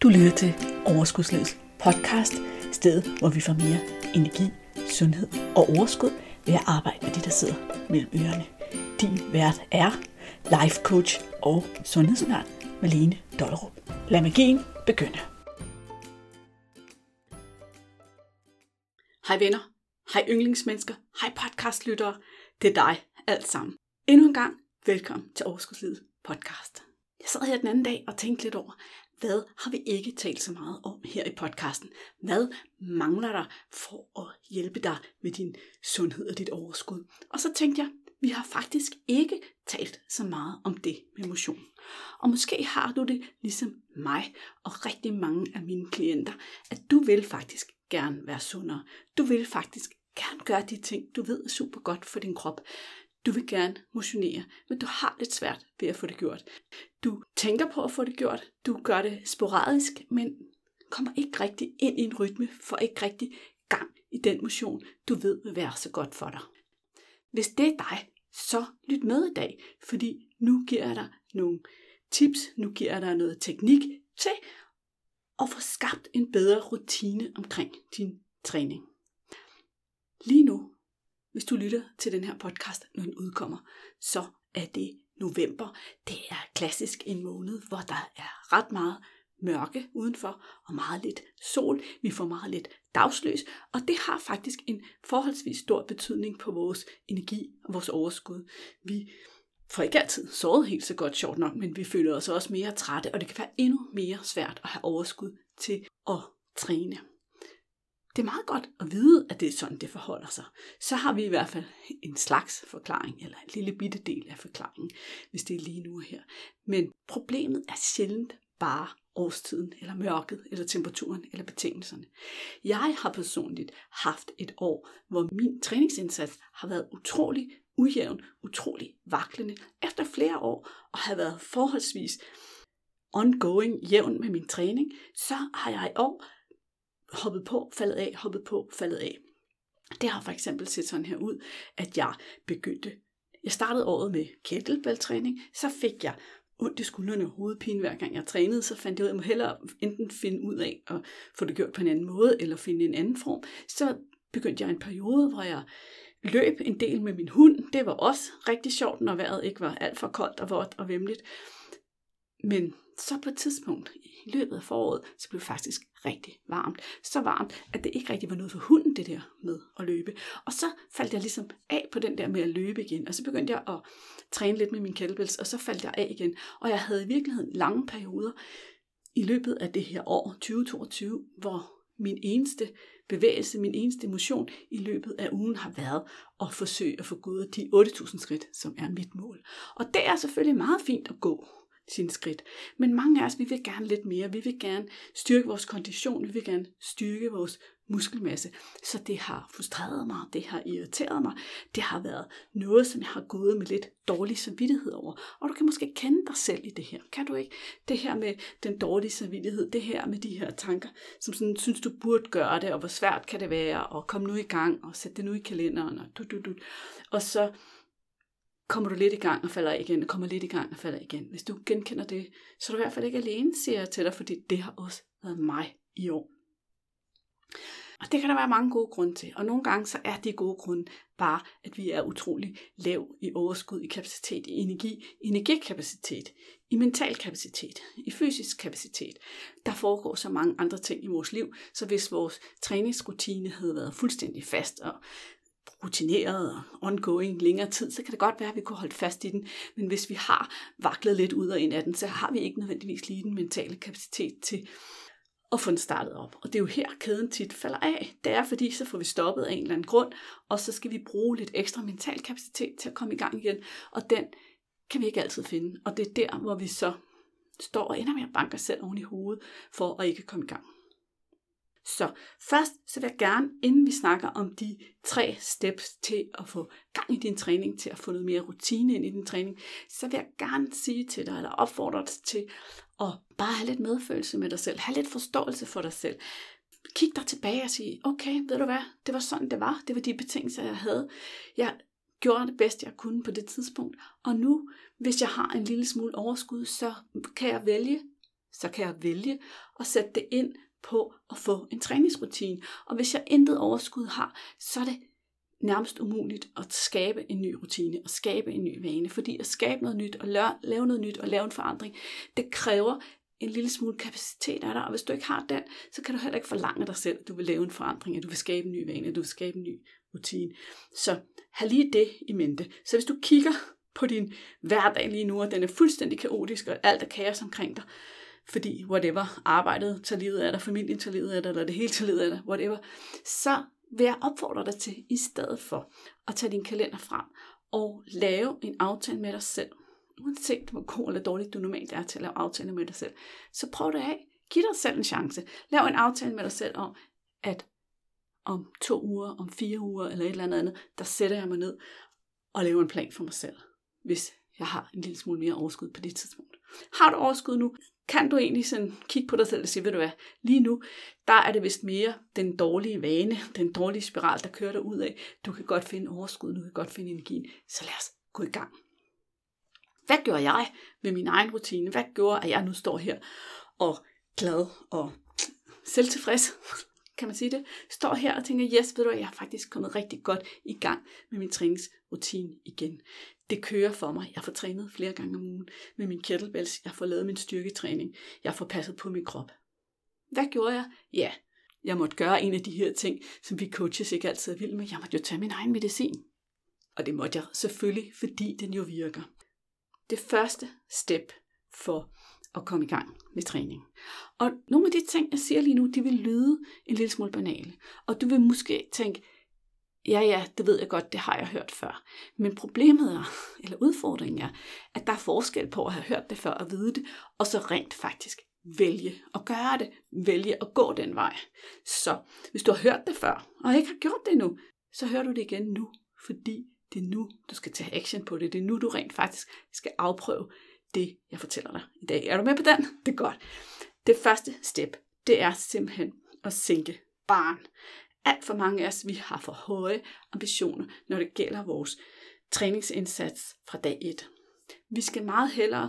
Du lytter til Overskudslivets podcast, stedet hvor vi får mere energi, sundhed og overskud ved at arbejde med det, der sidder mellem ørerne. Din vært er life coach og sundhedsnørd Malene Dollerup. Lad magien begynde. Hej venner, hej yndlingsmennesker, hej podcastlyttere. Det er dig alt sammen. Endnu en gang, velkommen til Overskudslivets podcast. Jeg sad her den anden dag og tænkte lidt over, hvad har vi ikke talt så meget om her i podcasten? Hvad mangler der for at hjælpe dig med din sundhed og dit overskud? Og så tænkte jeg, vi har faktisk ikke talt så meget om det med motion. Og måske har du det ligesom mig og rigtig mange af mine klienter, at du vil faktisk gerne være sundere. Du vil faktisk gerne gøre de ting, du ved er super godt for din krop. Du vil gerne motionere, men du har lidt svært ved at få det gjort. Du tænker på at få det gjort, du gør det sporadisk, men kommer ikke rigtig ind i en rytme, får ikke rigtig gang i den motion, du ved vil være så godt for dig. Hvis det er dig, så lyt med i dag, fordi nu giver jeg dig nogle tips, nu giver jeg dig noget teknik til at få skabt en bedre rutine omkring din træning. Lige nu, hvis du lytter til den her podcast, når den udkommer, så er det november. Det er klassisk en måned, hvor der er ret meget mørke udenfor og meget lidt sol. Vi får meget lidt dagslys, og det har faktisk en forholdsvis stor betydning på vores energi og vores overskud. Vi får ikke altid sovet helt så godt, sjovt nok, men vi føler os også mere trætte, og det kan være endnu mere svært at have overskud til at træne. Det er meget godt at vide, at det er sådan, det forholder sig. Så har vi i hvert fald en slags forklaring, eller en lille bitte del af forklaringen, hvis det er lige nu her. Men problemet er sjældent bare årstiden, eller mørket, eller temperaturen, eller betingelserne. Jeg har personligt haft et år, hvor min træningsindsats har været utrolig ujævn, utrolig vaklende, efter flere år, og har været forholdsvis ongoing jævn med min træning, så har jeg i år hoppet på, faldet af. Det har for eksempel set sådan her ud, at jeg startede året med kettlebell-træning, så fik jeg ondt i skuldrene og hovedpine hver gang jeg trænede, så fandt jeg ud af, at jeg må hellere enten finde ud af at få det gjort på en anden måde, eller finde en anden form. Så begyndte jeg en periode, hvor jeg løb en del med min hund. Det var også rigtig sjovt, når vejret ikke var alt for koldt og vådt og vemmeligt. Men så på et tidspunkt i løbet af foråret, så blev det faktisk rigtig varmt. Så varmt, at det ikke rigtig var noget for hunden, det der med at løbe. Og så faldt jeg ligesom af på den der med at løbe igen. Og så begyndte jeg at træne lidt med mine kettlebells, og så faldt jeg af igen. Og jeg havde i virkeligheden lange perioder i løbet af det her år, 2022, hvor min eneste bevægelse, min eneste motion i løbet af ugen har været at forsøge at få gået de 8.000 skridt, som er mit mål. Og det er selvfølgelig meget fint at gå sine skridt. Men mange af os, vi vil gerne lidt mere. Vi vil gerne styrke vores kondition. Vi vil gerne styrke vores muskelmasse. Så det har frustreret mig. Det har irriteret mig. Det har været noget, som jeg har gået med lidt dårlig samvittighed over. Og du kan måske kende dig selv i det her. Kan du ikke? Det her med den dårlige samvittighed. Det her med de her tanker, som sådan, synes du burde gøre det. Og hvor svært kan det være. Og kom nu i gang. Og sæt det nu i kalenderen. Og så kommer du lidt i gang og falder af igen, og kommer lidt i gang og falder igen. Hvis du genkender det, så er du i hvert fald ikke alene, siger jeg til dig, fordi det har også været mig i år. Og det kan der være mange gode grunde til, og nogle gange så er de gode grunde bare, at vi er utrolig lav i overskud, i kapacitet, i energikapacitet, i mental kapacitet, i fysisk kapacitet. Der foregår så mange andre ting i vores liv, så hvis vores træningsrutine havde været fuldstændig fast og rutineret og ongoing længere tid, så kan det godt være, at vi kunne holde fast i den. Men hvis vi har vaklet lidt ud og ind af den, så har vi ikke nødvendigvis lige den mentale kapacitet til at få den startet op. Og det er jo her, kæden tit falder af. Det er fordi, så får vi stoppet af en eller anden grund, og så skal vi bruge lidt ekstra mental kapacitet til at komme i gang igen. Og den kan vi ikke altid finde. Og det er der, hvor vi så står og ender med at banke os selv oven i hovedet, for at ikke komme i gang. Så først så vil jeg gerne, inden vi snakker om de 3 steps til at få gang i din træning, til at få noget mere rutine ind i din træning, så vil jeg gerne sige til dig, eller opfordre dig til at bare have lidt medfølelse med dig selv, have lidt forståelse for dig selv. Kig dig tilbage og sige, okay, ved du hvad, det var sådan det var de betingelser jeg havde. Jeg gjorde det bedste jeg kunne på det tidspunkt, og nu, hvis jeg har en lille smule overskud, så kan jeg vælge så kan jeg vælge at sætte det ind på at få en træningsrutine. Og hvis jeg intet overskud har, så er det nærmest umuligt at skabe en ny rutine og skabe en ny vane. Fordi at skabe noget nyt og lave noget nyt og lave en forandring, det kræver en lille smule kapacitet af dig. Og hvis du ikke har den, så kan du heller ikke forlange af dig selv, at du vil lave en forandring, at du vil skabe en ny vane, at du vil skabe en ny rutine. Så have lige det i mente. Så hvis du kigger på din hverdag lige nu, og den er fuldstændig kaotisk, og alt er kaos omkring dig, fordi whatever, arbejdet tager livet af dig, familien tager livet af dig, eller det hele tager livet af dig, whatever, så vil jeg opfordre dig til, i stedet for at tage din kalender frem og lave en aftale med dig selv. Uanset hvor god eller dårligt du normalt er til at lave aftaler med dig selv, så prøv det af. Giv dig selv en chance. Lav en aftale med dig selv om, at om 2 uger, om 4 uger eller et eller andet, der sætter jeg mig ned og laver en plan for mig selv, hvis jeg har en lille smule mere overskud på det tidspunkt. Har du overskud nu, kan du egentlig sådan kigge på dig selv og sige, ved du hvad, lige nu, der er det vist mere den dårlige vane, den dårlige spiral, der kører dig ud af. Du kan godt finde overskud, du kan godt finde energien, så lad os gå i gang. Hvad gør jeg med min egen rutine? Hvad gjorde, at jeg nu står her og glad og selvtilfreds, kan man sige det? Står her og tænker, yes, ved du hvad, jeg er faktisk kommet rigtig godt i gang med min træningsrutine igen. Det kører for mig. Jeg får trænet flere gange om ugen med min kettlebells. Jeg får lavet min styrketræning. Jeg får passet på min krop. Hvad gjorde jeg? Ja, jeg måtte gøre en af de her ting, som vi coaches ikke altid er vilde med. Jeg måtte jo tage min egen medicin. Og det måtte jeg selvfølgelig, fordi den jo virker. Det første step for at komme i gang med træning. Og nogle af de ting, jeg siger lige nu, de vil lyde en lille smule banale. Og du vil måske tænke, ja, det ved jeg godt, det har jeg hørt før. Men problemet er, eller udfordringen er, at der er forskel på at have hørt det før og vide det, og så rent faktisk vælge at gøre det, vælge at gå den vej. Så hvis du har hørt det før, og ikke har gjort det endnu, så hører du det igen nu, fordi det er nu, du skal tage action på det. Det er nu, du rent faktisk skal afprøve det, jeg fortæller dig i dag. Er du med på den? Det er godt. Det første step, det er simpelthen at sænke barren. Alt for mange af os, vi har for høje ambitioner, når det gælder vores træningsindsats fra dag 1. Vi skal meget hellere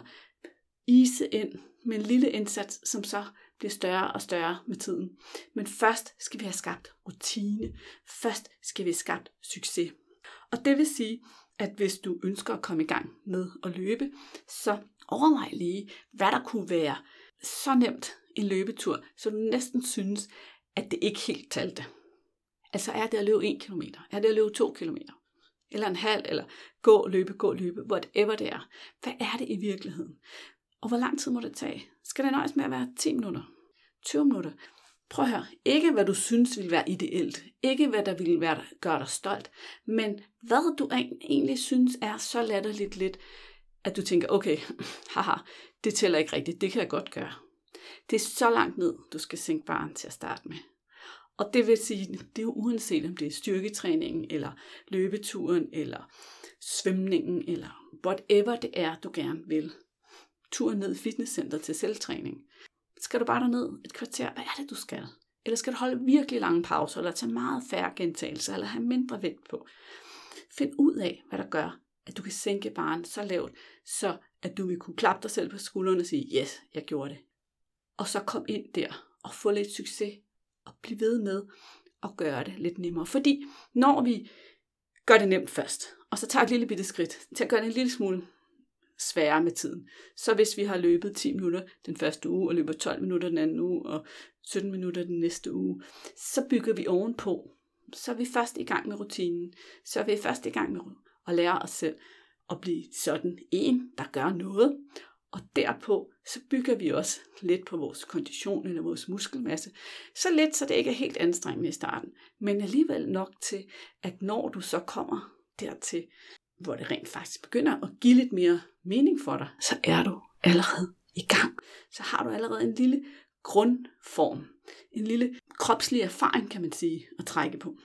ise ind med en lille indsats, som så bliver større og større med tiden. Men først skal vi have skabt rutine. Først skal vi have skabt succes. Og det vil sige, at hvis du ønsker at komme i gang med at løbe, så overvej lige, hvad der kunne være så nemt en løbetur, så du næsten synes, at det ikke helt talte. Altså er det at løbe 1 kilometer? Er det at løbe 2 kilometer? Eller en halv? Eller gå, løbe, whatever det er. Hvad er det i virkeligheden? Og hvor lang tid må det tage? Skal det nøjes med at være 10 minutter? 20 minutter? Prøv at høre. Ikke hvad du synes vil være ideelt. Ikke hvad der vil gøre dig stolt. Men hvad du egentlig synes er så latterligt lidt, at du tænker, okay, haha, det tæller ikke rigtigt. Det kan jeg godt gøre. Det er så langt ned, du skal sænke barren til at starte med. Og det vil sige, det er jo uanset om det er styrketræningen, eller løbeturen, eller svømningen, eller whatever det er, du gerne vil. Turen ned i fitnesscenter til selvtræning. Skal du bare derned et kvarter? Hvad er det, du skal? Eller skal du holde virkelig lange pauser, eller tage meget færre gentagelser, eller have mindre vægt på? Find ud af, hvad der gør, at du kan sænke barren så lavt, så at du vil kunne klappe dig selv på skuldrene og sige, yes, jeg gjorde det. Og så kom ind der og få lidt succes, og blive ved med at gøre det lidt nemmere. Fordi når vi gør det nemt først, og så tager et lille bitte skridt til at gøre det en lille smule sværere med tiden. Så hvis vi har løbet 10 minutter den første uge, og løber 12 minutter den anden uge, og 17 minutter den næste uge, så bygger vi ovenpå. Så er vi først i gang med rutinen. Så er vi først i gang med at lære os selv at blive sådan en, der gør noget. Og derpå, så bygger vi også lidt på vores kondition eller vores muskelmasse. Så lidt, så det ikke er helt anstrengende i starten. Men alligevel nok til, at når du så kommer dertil, hvor det rent faktisk begynder at give lidt mere mening for dig, så er du allerede i gang. Så har du allerede en lille grundform. En lille kropslig erfaring, kan man sige, at trække på.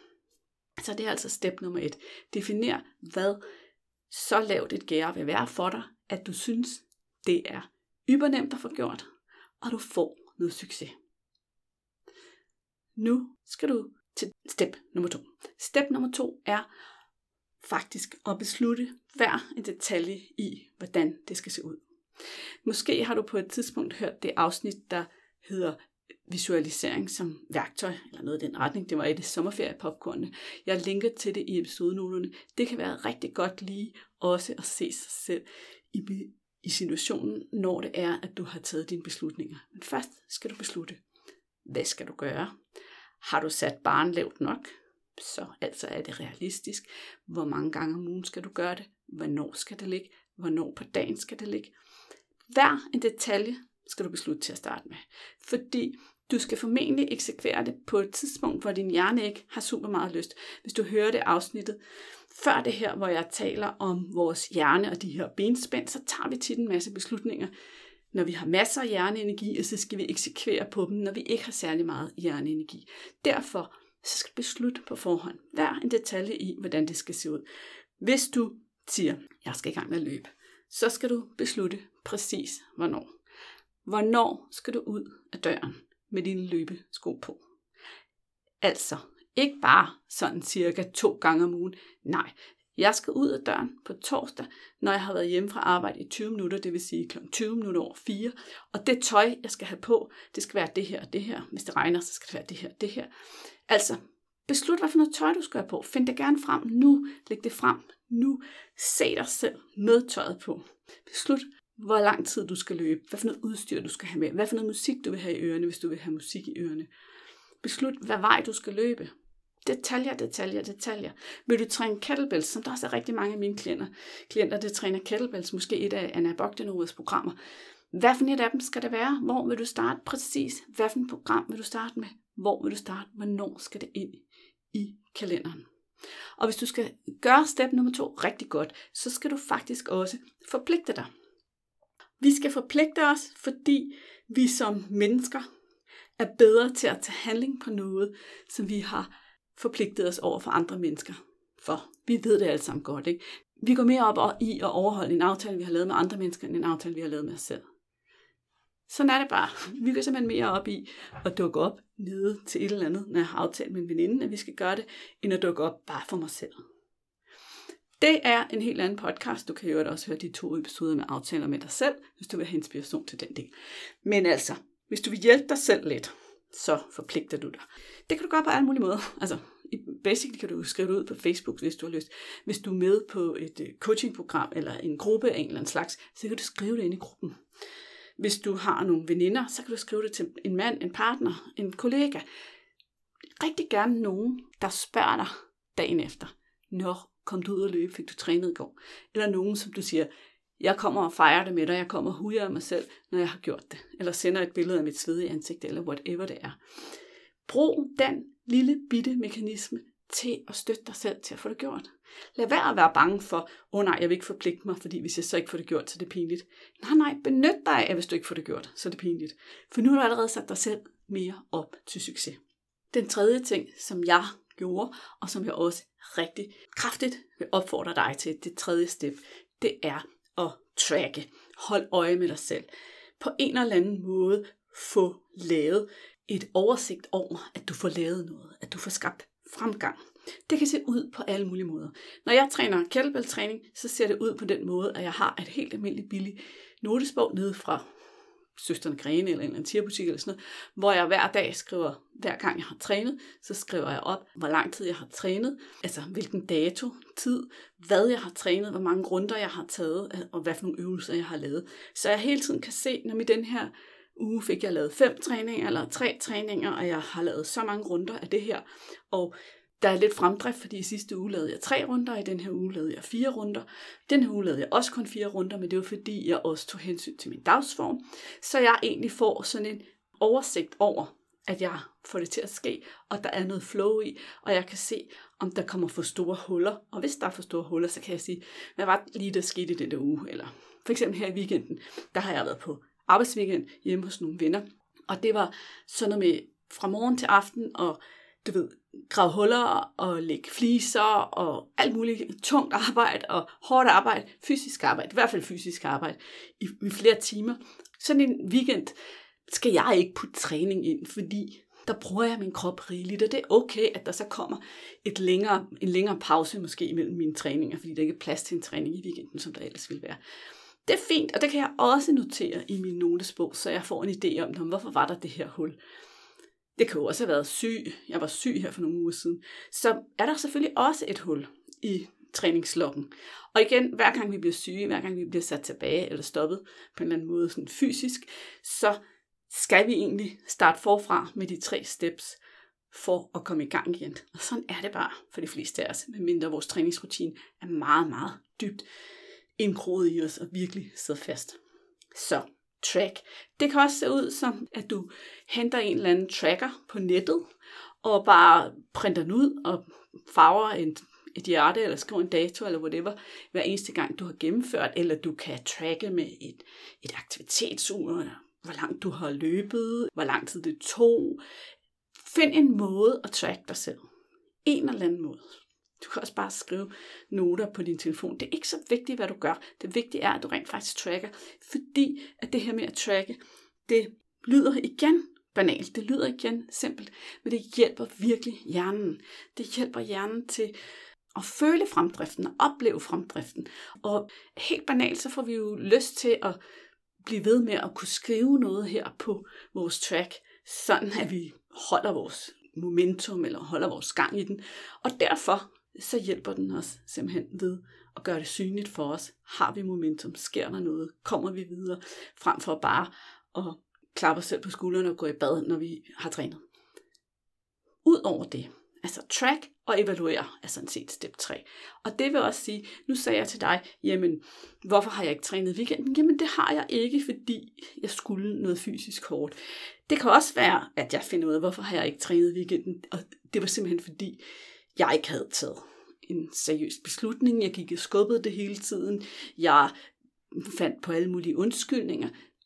Så det er altså step nummer 1. Definer, hvad så lavt et gære vil være for dig, at du synes, det er ybernemt at få gjort, og du får noget succes. Nu skal du til step nummer 2. Step nummer 2 er faktisk at beslutte hver en detalje i, hvordan det skal se ud. Måske har du på et tidspunkt hørt det afsnit, der hedder visualisering som værktøj, eller noget i den retning. Det var i det sommerferiepopcornene. Jeg linker til det i episodenoterne. Det kan være rigtig godt lige også at se sig selv i situationen, når det er, at du har taget dine beslutninger. Men først skal du beslutte, hvad skal du gøre? Har du sat barren lavt nok? Så altså er det realistisk. Hvor mange gange om ugen skal du gøre det? Hvornår skal det ligge? Hvornår på dagen skal det ligge? Hver en detalje skal du beslutte til at starte med. Fordi du skal formentlig eksekvere det på et tidspunkt, hvor din hjerne ikke har super meget lyst. Hvis du hører det afsnittet før det her, hvor jeg taler om vores hjerne og de her benspænd, så tager vi tit en masse beslutninger, når vi har masser af hjerneenergi, og så skal vi eksekvere på dem, når vi ikke har særlig meget hjerneenergi. Derfor så skal du beslutte på forhånd hver en detalje i, hvordan det skal se ud. Hvis du siger, jeg skal i gang med at løbe, så skal du beslutte præcis hvornår. Hvornår skal du ud af døren med dine løbesko på? Altså, ikke bare sådan cirka 2 gange om ugen. Nej, jeg skal ud af døren på torsdag, når jeg har været hjemme fra arbejde i 20 minutter, det vil sige kl. 20 minutter over 4. Og det tøj, jeg skal have på, det skal være det her og det her. Hvis det regner, så skal det være det her og det her. Altså, beslut, hvad for noget tøj du skal have på. Find det gerne frem nu. Læg det frem nu. Se dig selv med tøjet på. Beslut, hvor lang tid du skal løbe. Hvad for noget udstyr du skal have med. Hvad for noget musik du vil have i ørerne, hvis du vil have musik i ørerne. Beslut, hvad vej du skal løbe. Detaljer. Vil du træne kettlebells, som der også er rigtig mange af mine klienter, der træner kettlebells, måske et af Anna Bogdanovas programmer. Hvad for et af dem skal det være? Hvor vil du starte præcis? Hvad for et program vil du starte med? Hvor vil du starte? Hvornår skal det ind i kalenderen? Og hvis du skal gøre step nummer 2 rigtig godt, så skal du faktisk også forpligte dig. Vi skal forpligte os, fordi vi som mennesker er bedre til at tage handling på noget, som vi har forpligtet os over for andre mennesker. For vi ved det alle sammen godt, ikke? Vi går mere op i at overholde en aftale, vi har lavet med andre mennesker, end en aftale, vi har lavet med os selv. Sådan er det bare. Vi går simpelthen mere op i at dukke op nede til et eller andet, når jeg har aftalt med en veninde, at vi skal gøre det, end at dukke op bare for mig selv. Det er en helt anden podcast. Du kan jo også høre de 2 episoder med aftaler med dig selv, hvis du vil have inspiration til den del. Men altså, hvis du vil hjælpe dig selv lidt, så forpligter du dig. Det kan du gøre på alle mulige måder. Altså, basically kan du skrive det ud på Facebook, hvis du har lyst. Hvis du er med på et coachingprogram eller en gruppe af en eller anden slags, så kan du skrive det ind i gruppen. Hvis du har nogle veninder, så kan du skrive det til en mand, en partner, en kollega. Rigtig gerne nogen, der spørger dig dagen efter. Kom du ud og løbe, fik du trænet i går? Eller nogen, som du siger, jeg kommer og fejrer det med dig, jeg kommer og hujer mig selv, når jeg har gjort det. Eller sender et billede af mit svedige ansigt, eller whatever det er. Brug den lille bitte mekanisme til at støtte dig selv til at få det gjort. Lad være at være bange for, nej, jeg vil ikke forpligte mig, fordi hvis jeg så ikke får det gjort, så er det pinligt. Nej, benyt dig af, hvis du ikke får det gjort, så er det pinligt. For nu har du allerede sat dig selv mere op til succes. Den tredje ting, som jeg gjorde, og som jeg også rigtig kraftigt vil opfordre dig til, det tredje step, det er at tracke. Hold øje med dig selv. På en eller anden måde få lavet et oversigt over, at du får lavet noget, at du får skabt fremgang. Det kan se ud på alle mulige måder. Når jeg træner kettlebell-træning, så ser det ud på den måde, at jeg har et helt almindeligt billigt notesbog nede fra Søsterne Grene eller en eller anden tierbutik eller sådan noget, hvor jeg hver dag skriver, hver gang jeg har trænet, så skriver jeg op, hvor lang tid jeg har trænet, altså hvilken dato, tid, hvad jeg har trænet, hvor mange runder jeg har taget, og hvad for nogle øvelser jeg har lavet. Så jeg hele tiden kan se, når i den her uge fik jeg lavet 5 træninger eller 3 træninger, og jeg har lavet så mange runder af det her, og der er lidt fremdrift, fordi i sidste uge lavede jeg 3 runder, og i den her uge lavede jeg 4 runder. Den her uge lavede jeg også kun 4 runder, men det var fordi, jeg også tog hensyn til min dagsform. Så jeg egentlig får sådan en oversigt over, at jeg får det til at ske, og der er noget flow i, og jeg kan se, om der kommer for store huller. Og hvis der er for store huller, så kan jeg sige, hvad var det lige, der skete i den der uge? Eller for eksempel her i weekenden, der har jeg været på arbejdsweekend hjemme hos nogle venner, og det var sådan noget med fra morgen til aften, og du ved, grave huller og lægge fliser og alt muligt tungt arbejde og hårdt arbejde, fysisk arbejde, i hvert fald fysisk arbejde i flere timer. Sådan en weekend skal jeg ikke putte træning ind, fordi der bruger jeg min krop rigeligt, og det er okay, at der så kommer en længere pause måske imellem mine træninger, fordi der ikke er plads til en træning i weekenden, som der ellers ville være. Det er fint, og det kan jeg også notere i min notesbog, så jeg får en idé om, hvorfor var der det her hul. Det kan jo også have været syg. Jeg var syg her for nogle uger siden. Så er der selvfølgelig også et hul i træningsloggen. Og igen, hver gang vi bliver syge, hver gang vi bliver sat tilbage eller stoppet på en eller anden måde sådan fysisk, så skal vi egentlig starte forfra med de 3 steps for at komme i gang igen. Og sådan er det bare for de fleste af os, medmindre vores træningsrutine er meget, meget dybt indgroet i os og virkelig sidder fast. Så track. Det kan også se ud som, at du henter en eller anden tracker på nettet, og bare printer den ud og farver et hjerte, eller skriver en dato, eller whatever, hver eneste gang du har gennemført, eller du kan tracke med et aktivitetsur, hvor langt du har løbet, hvor lang tid det tog. Find en måde at tracke dig selv. En eller anden måde. Du kan også bare skrive noter på din telefon. Det er ikke så vigtigt, hvad du gør. Det vigtige er, at du rent faktisk tracker. Fordi at det her med at tracke, det lyder igen banalt. Det lyder igen simpelt. Men det hjælper virkelig hjernen. Det hjælper hjernen til at føle fremdriften og opleve fremdriften. Og helt banalt, så får vi jo lyst til at blive ved med at kunne skrive noget her på vores track, sådan at vi holder vores momentum eller holder vores gang i den. Og derfor så hjælper den os simpelthen ved at gøre det synligt for os. Har vi momentum? Sker der noget? Kommer vi videre? Frem for bare at klappe os selv på skuldrene og gå i bad, når vi har trænet. Udover det, altså track og evaluere er sådan set step 3. Og det vil også sige, nu sagde jeg til dig, jamen, hvorfor har jeg ikke trænet i weekenden? Jamen, det har jeg ikke, fordi jeg skulle noget fysisk hårdt. Det kan også være, at jeg finder ud af, hvorfor har jeg ikke trænet i weekenden? Og det var simpelthen fordi, jeg ikke havde taget en seriøs beslutning. Jeg gik og skubbede det hele tiden. Jeg fandt på alle mulige undskyldninger.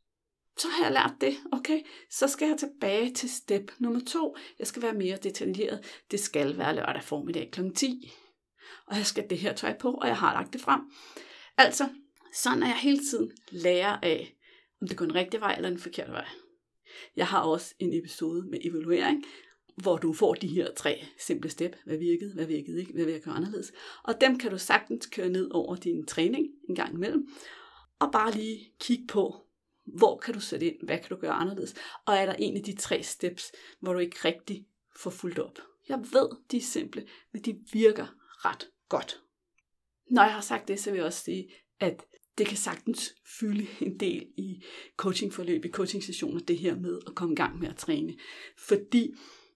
Så har jeg lært det. Okay, så skal jeg tilbage til step nummer 2. Jeg skal være mere detaljeret. Det skal være lørdag formiddag kl. 10. Og jeg skal det her tøj på, og jeg har lagt det frem. Altså, sådan er jeg hele tiden lærer af, om det går en rigtig vej eller en forkert vej. Jeg har også en episode med evaluering, hvor du får de her 3 simple step. Hvad virkede ikke, hvad vil jeg gøre anderledes. Og dem kan du sagtens køre ned over din træning en gang imellem, og bare lige kigge på, hvor kan du sætte ind, hvad kan du gøre anderledes. Og er der en af de 3 steps, hvor du ikke rigtig får fulgt op. Jeg ved, de er simple, men de virker ret godt. Når jeg har sagt det, så vil jeg også sige, at det kan sagtens fylde en del i coachingforløb, i coachingsessioner, det her med at komme i gang med at træne. Fordi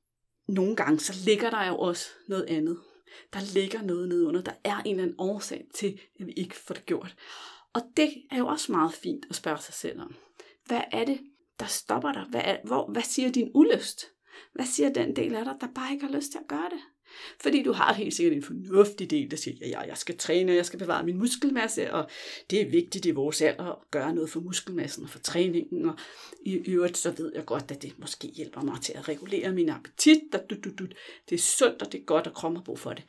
nogle gange, så ligger der jo også noget andet. Der ligger noget nedunder. Der er en eller anden årsag til, at vi ikke får det gjort. Og det er jo også meget fint at spørge sig selv om. Hvad er det, der stopper dig? Hvad siger din ulyst? Hvad siger den del af dig, der bare ikke har lyst til at gøre det? Fordi du har helt sikkert en fornuftig del, der siger, ja, jeg skal træne, jeg skal bevare min muskelmasse, og det er vigtigt i vores alder at gøre noget for muskelmassen og for træningen, og i øvrigt så ved jeg godt, at det måske hjælper mig til at regulere min appetit, det er sundt, og det er godt, at kroppen har brug for det.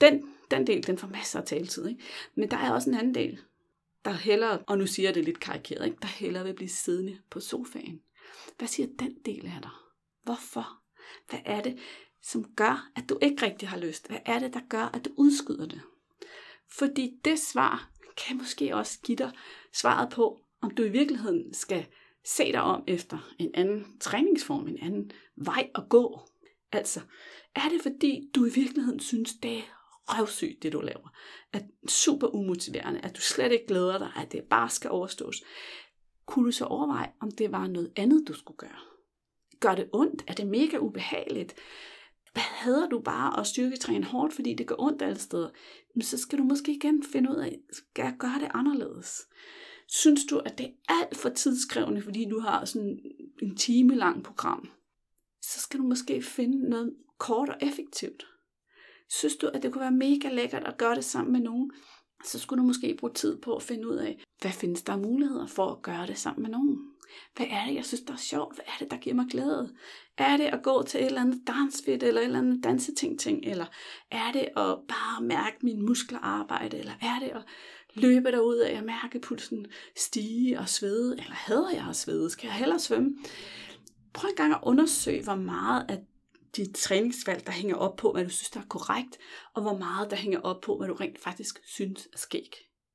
Den del, den får masser af taletid, ikke? Men der er også en anden del, der hellere, og nu siger jeg det lidt karikeret, ikke? Der hellere vil blive siddende på sofaen. Hvad siger den del af dig? Hvorfor? Hvad er det, som gør, at du ikke rigtig har lyst? Hvad er det, der gør, at du udskyder det? Fordi det svar kan måske også give dig svaret på, om du i virkeligheden skal se dig om efter en anden træningsform, en anden vej at gå. Altså, er det fordi, du i virkeligheden synes, det er røvsygt, det du laver? At super umotiverende, at du slet ikke glæder dig, at det bare skal overstås? Kunne du så overveje, om det var noget andet, du skulle gøre? Gør det ondt? Er det mega ubehageligt? Hvad hader du bare at styrketræne hårdt, fordi det gør ondt alle steder? Men så skal du måske igen finde ud af, skal jeg gøre det anderledes? Synes du, at det er alt for tidskrævende, fordi du har sådan en time-lang program? Så skal du måske finde noget kort og effektivt. Synes du, at det kunne være mega lækkert at gøre det sammen med nogen? Så skulle du måske bruge tid på at finde ud af, hvad findes der muligheder for at gøre det sammen med nogen? Hvad er det, jeg synes, der er sjovt? Hvad er det, der giver mig glæde? Er det at gå til et eller andet dansfit, eller et eller andet danseting? Eller er det at bare mærke mine muskler arbejde? Eller er det at løbe derud af at mærke pulsen stige og svede? Eller hader jeg at svede? Skal jeg hellere svømme? Prøv en gang at undersøge, hvor meget af dit træningsvalg, der hænger op på, hvad du synes, der er korrekt, og hvor meget der hænger op på, hvad du rent faktisk synes er skæg.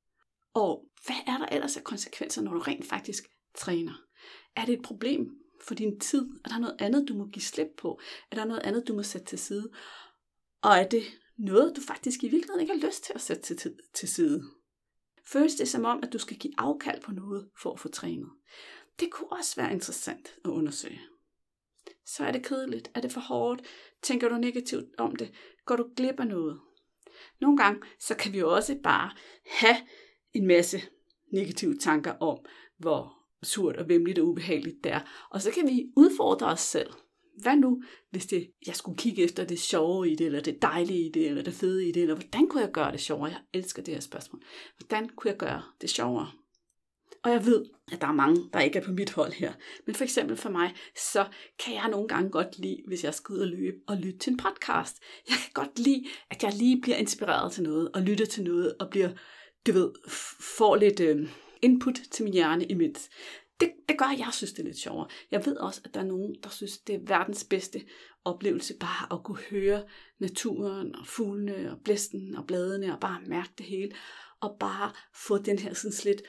Og hvad er der ellers af konsekvenser, når du rent faktisk træner? Er det et problem for din tid? Er der noget andet, du må give slip på? Er der noget andet, du må sætte til side? Og er det noget, du faktisk i virkeligheden ikke har lyst til at sætte til side? Føles det som om, at du skal give afkald på noget for at få trænet? Det kunne også være interessant at undersøge. Så er det kedeligt? Er det for hårdt? Tænker du negativt om det? Går du glip af noget? Nogle gange, så kan vi jo også bare have en masse negative tanker om, hvor surt og vemmeligt og ubehageligt det er. Og så kan vi udfordre os selv. Hvad nu, hvis jeg skulle kigge efter det sjove i det, eller det dejlige i det, eller det fede i det, eller hvordan kunne jeg gøre det sjovere? Jeg elsker det her spørgsmål. Hvordan kunne jeg gøre det sjovere? Og jeg ved, at der er mange, der ikke er på mit hold her. Men for eksempel for mig, så kan jeg nogle gange godt lide, hvis jeg skal ud og løbe og lytte til en podcast. Jeg kan godt lide, at jeg lige bliver inspireret til noget, og lytter til noget, og bliver, får lidt input til min hjerne imens. Det gør, at jeg synes, det er lidt sjovere. Jeg ved også, at der er nogen, der synes, det er verdens bedste oplevelse bare at kunne høre naturen og fuglene og blæsten og bladene og bare mærke det hele. Og bare få den her sådan lidt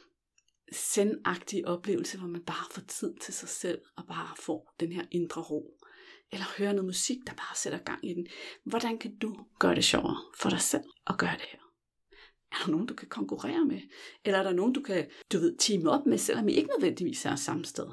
zen-agtige oplevelse, hvor man bare får tid til sig selv og bare får den her indre ro. Eller høre noget musik, der bare sætter gang i den. Hvordan kan du gøre det sjovere for dig selv at gøre det her? Er der nogen, du kan konkurrere med? Eller er der nogen, du kan, teame op med, selvom I ikke nødvendigvis er samme sted?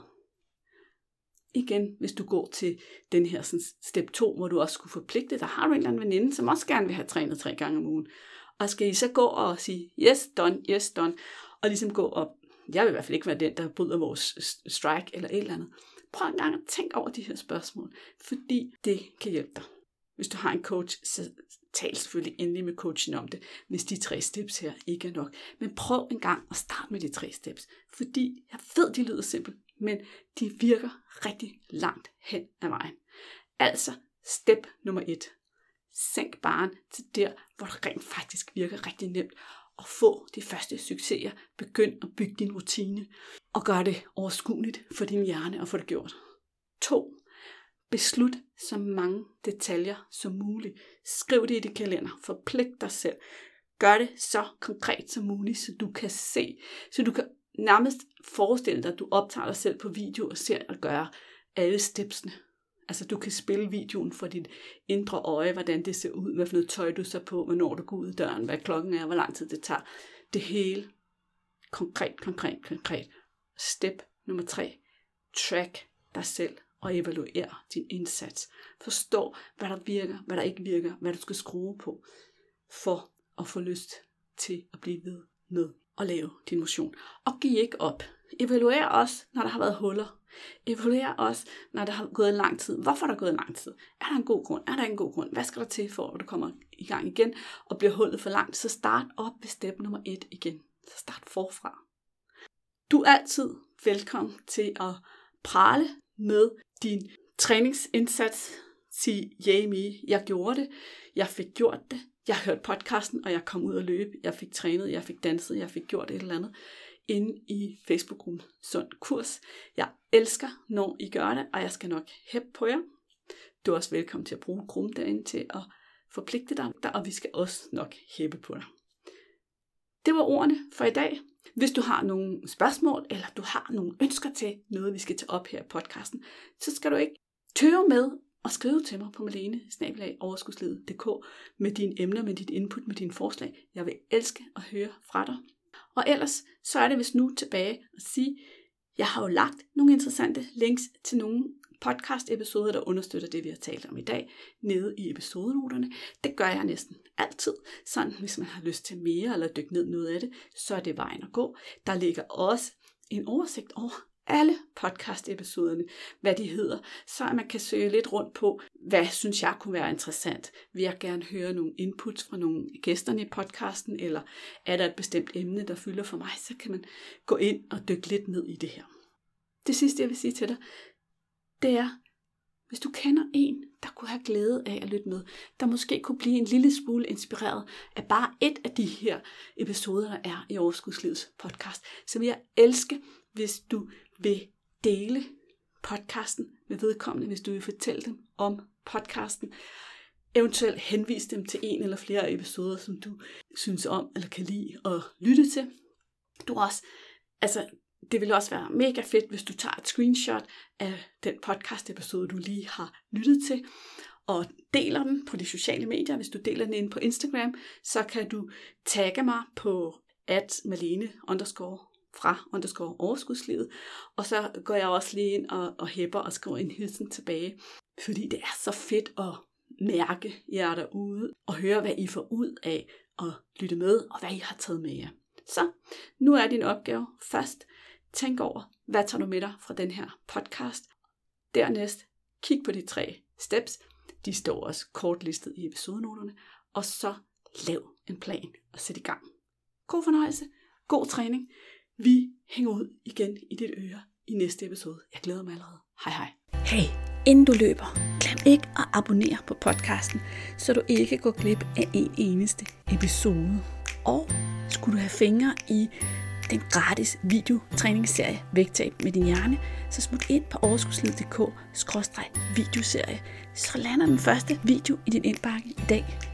Igen, hvis du går til den her sådan, step 2, hvor du også skulle forpligte dig, har du en eller anden veninde, som også gerne vil have trænet 3 gange om ugen. Og skal I så gå og sige, yes done, og ligesom gå op. Jeg vil i hvert fald ikke være den, der bryder vores strike eller et eller andet. Prøv en gang at tænke over de her spørgsmål, fordi det kan hjælpe dig. Hvis du har en coach, så tal selvfølgelig endelig med coachen om det, hvis de 3 steps her ikke er nok. Men prøv en gang at starte med de 3 steps, fordi jeg ved, de lyder simpelt, men de virker rigtig langt hen ad vejen. Altså step nummer 1. Sænk barren til der, hvor det rent faktisk virker rigtig nemt. Og få de første succeser. Begynd at bygge din rutine. Og gør det overskueligt for din hjerne og få det gjort. 2. Beslut så mange detaljer som muligt. Skriv det i dit kalender. Forpligt dig selv. Gør det så konkret som muligt, så du kan se. Så du kan nærmest forestille dig, at du optager dig selv på video og ser at gøre alle stepsene. Altså du kan spille videoen for dit indre øje, hvordan det ser ud, hvad for noget tøj du så på, hvornår du går ud af døren, hvad klokken er, hvor lang tid det tager. Det hele konkret. Step nummer 3. Track dig selv og evaluer din indsats. Forstå, hvad der virker, hvad der ikke virker, hvad du skal skrue på, for at få lyst til at blive ved med at lave din motion. Og giv ikke op. Evaluer også, når der har været huller. Evaluer også, når der har gået lang tid. Hvorfor er der gået lang tid? Er der en god grund? Er der ikke en god grund? Hvad skal der til for, at du kommer i gang igen og bliver hullet for langt? Så start op ved step nummer 1 igen. Så start forfra. Du er altid velkommen til at prale med din træningsindsats. Sig, yeah me, jeg gjorde det. Jeg fik gjort det. Jeg hørte podcasten, og jeg kom ud og løb. Jeg fik trænet, jeg fik danset, jeg fik gjort et eller andet. Inde i Facebook-gruppen Sund Kurs. Jeg elsker, når I gør det, og jeg skal nok hæppe på jer. Du er også velkommen til at bruge gruppen derinde til at forpligte dig, og vi skal også nok hæppe på dig. Det var ordene for i dag. Hvis du har nogle spørgsmål, eller du har nogle ønsker til noget, vi skal tage op her i podcasten, så skal du ikke tøve med at skrive til mig på malene@overskudslivet.dk med dine emner, med dit input, med dine forslag. Jeg vil elske at høre fra dig. Og ellers så er det vist nu tilbage at sige, jeg har jo lagt nogle interessante links til nogle podcast-episoder, der understøtter det, vi har talt om i dag, nede i episodenoterne. Det gør jeg næsten altid, sådan hvis man har lyst til mere, eller dykke ned noget af det, så er det vejen at gå. Der ligger også en oversigt over alle podcast-episoderne, hvad de hedder, så man kan søge lidt rundt på, hvad synes jeg kunne være interessant. Vil jeg gerne høre nogle inputs fra nogle gæsterne i podcasten, eller er der et bestemt emne, der fylder for mig, så kan man gå ind og dykke lidt ned i det her. Det sidste, jeg vil sige til dig, det er, hvis du kender en, der kunne have glæde af at lytte med, der måske kunne blive en lille smule inspireret af bare et af de her episoder, der er i Overskudslivets podcast, så vil jeg elske, hvis du vil dele podcasten med vedkommende, hvis du vil fortælle dem om podcasten, eventuelt henvise dem til en eller flere episoder, som du synes om eller kan lide at lytte til. Du også, det vil også være mega fedt, hvis du tager et screenshot af den podcast episode, du lige har lyttet til, og deler den på de sociale medier. Hvis du deler den inde på Instagram, så kan du tagge mig på @Malene_fra_overskudslivet, og så går jeg også lige ind og hæpper og skriver en hilsen tilbage, fordi det er så fedt at mærke jer derude, og høre, hvad I får ud af at lytte med, og hvad I har taget med jer. Så nu er din opgave først, tænk over, hvad tager du med dig fra den her podcast. Dernæst, kig på de 3 steps, de står også kortlistet i episodenoterne, og så lav en plan og sæt i gang. God fornøjelse, god træning. Vi hænger ud igen i dit øre i næste episode. Jeg glæder mig allerede. Hej hej. Hey, inden du løber, glem ikke at abonnere på podcasten, så du ikke går glip af en eneste episode. Og skulle du have fingre i den gratis videotræningsserie Vægtab med din hjerne, så smut ind på overskudslivet.dk/videoserie, så lander den første video i din indbakke i dag.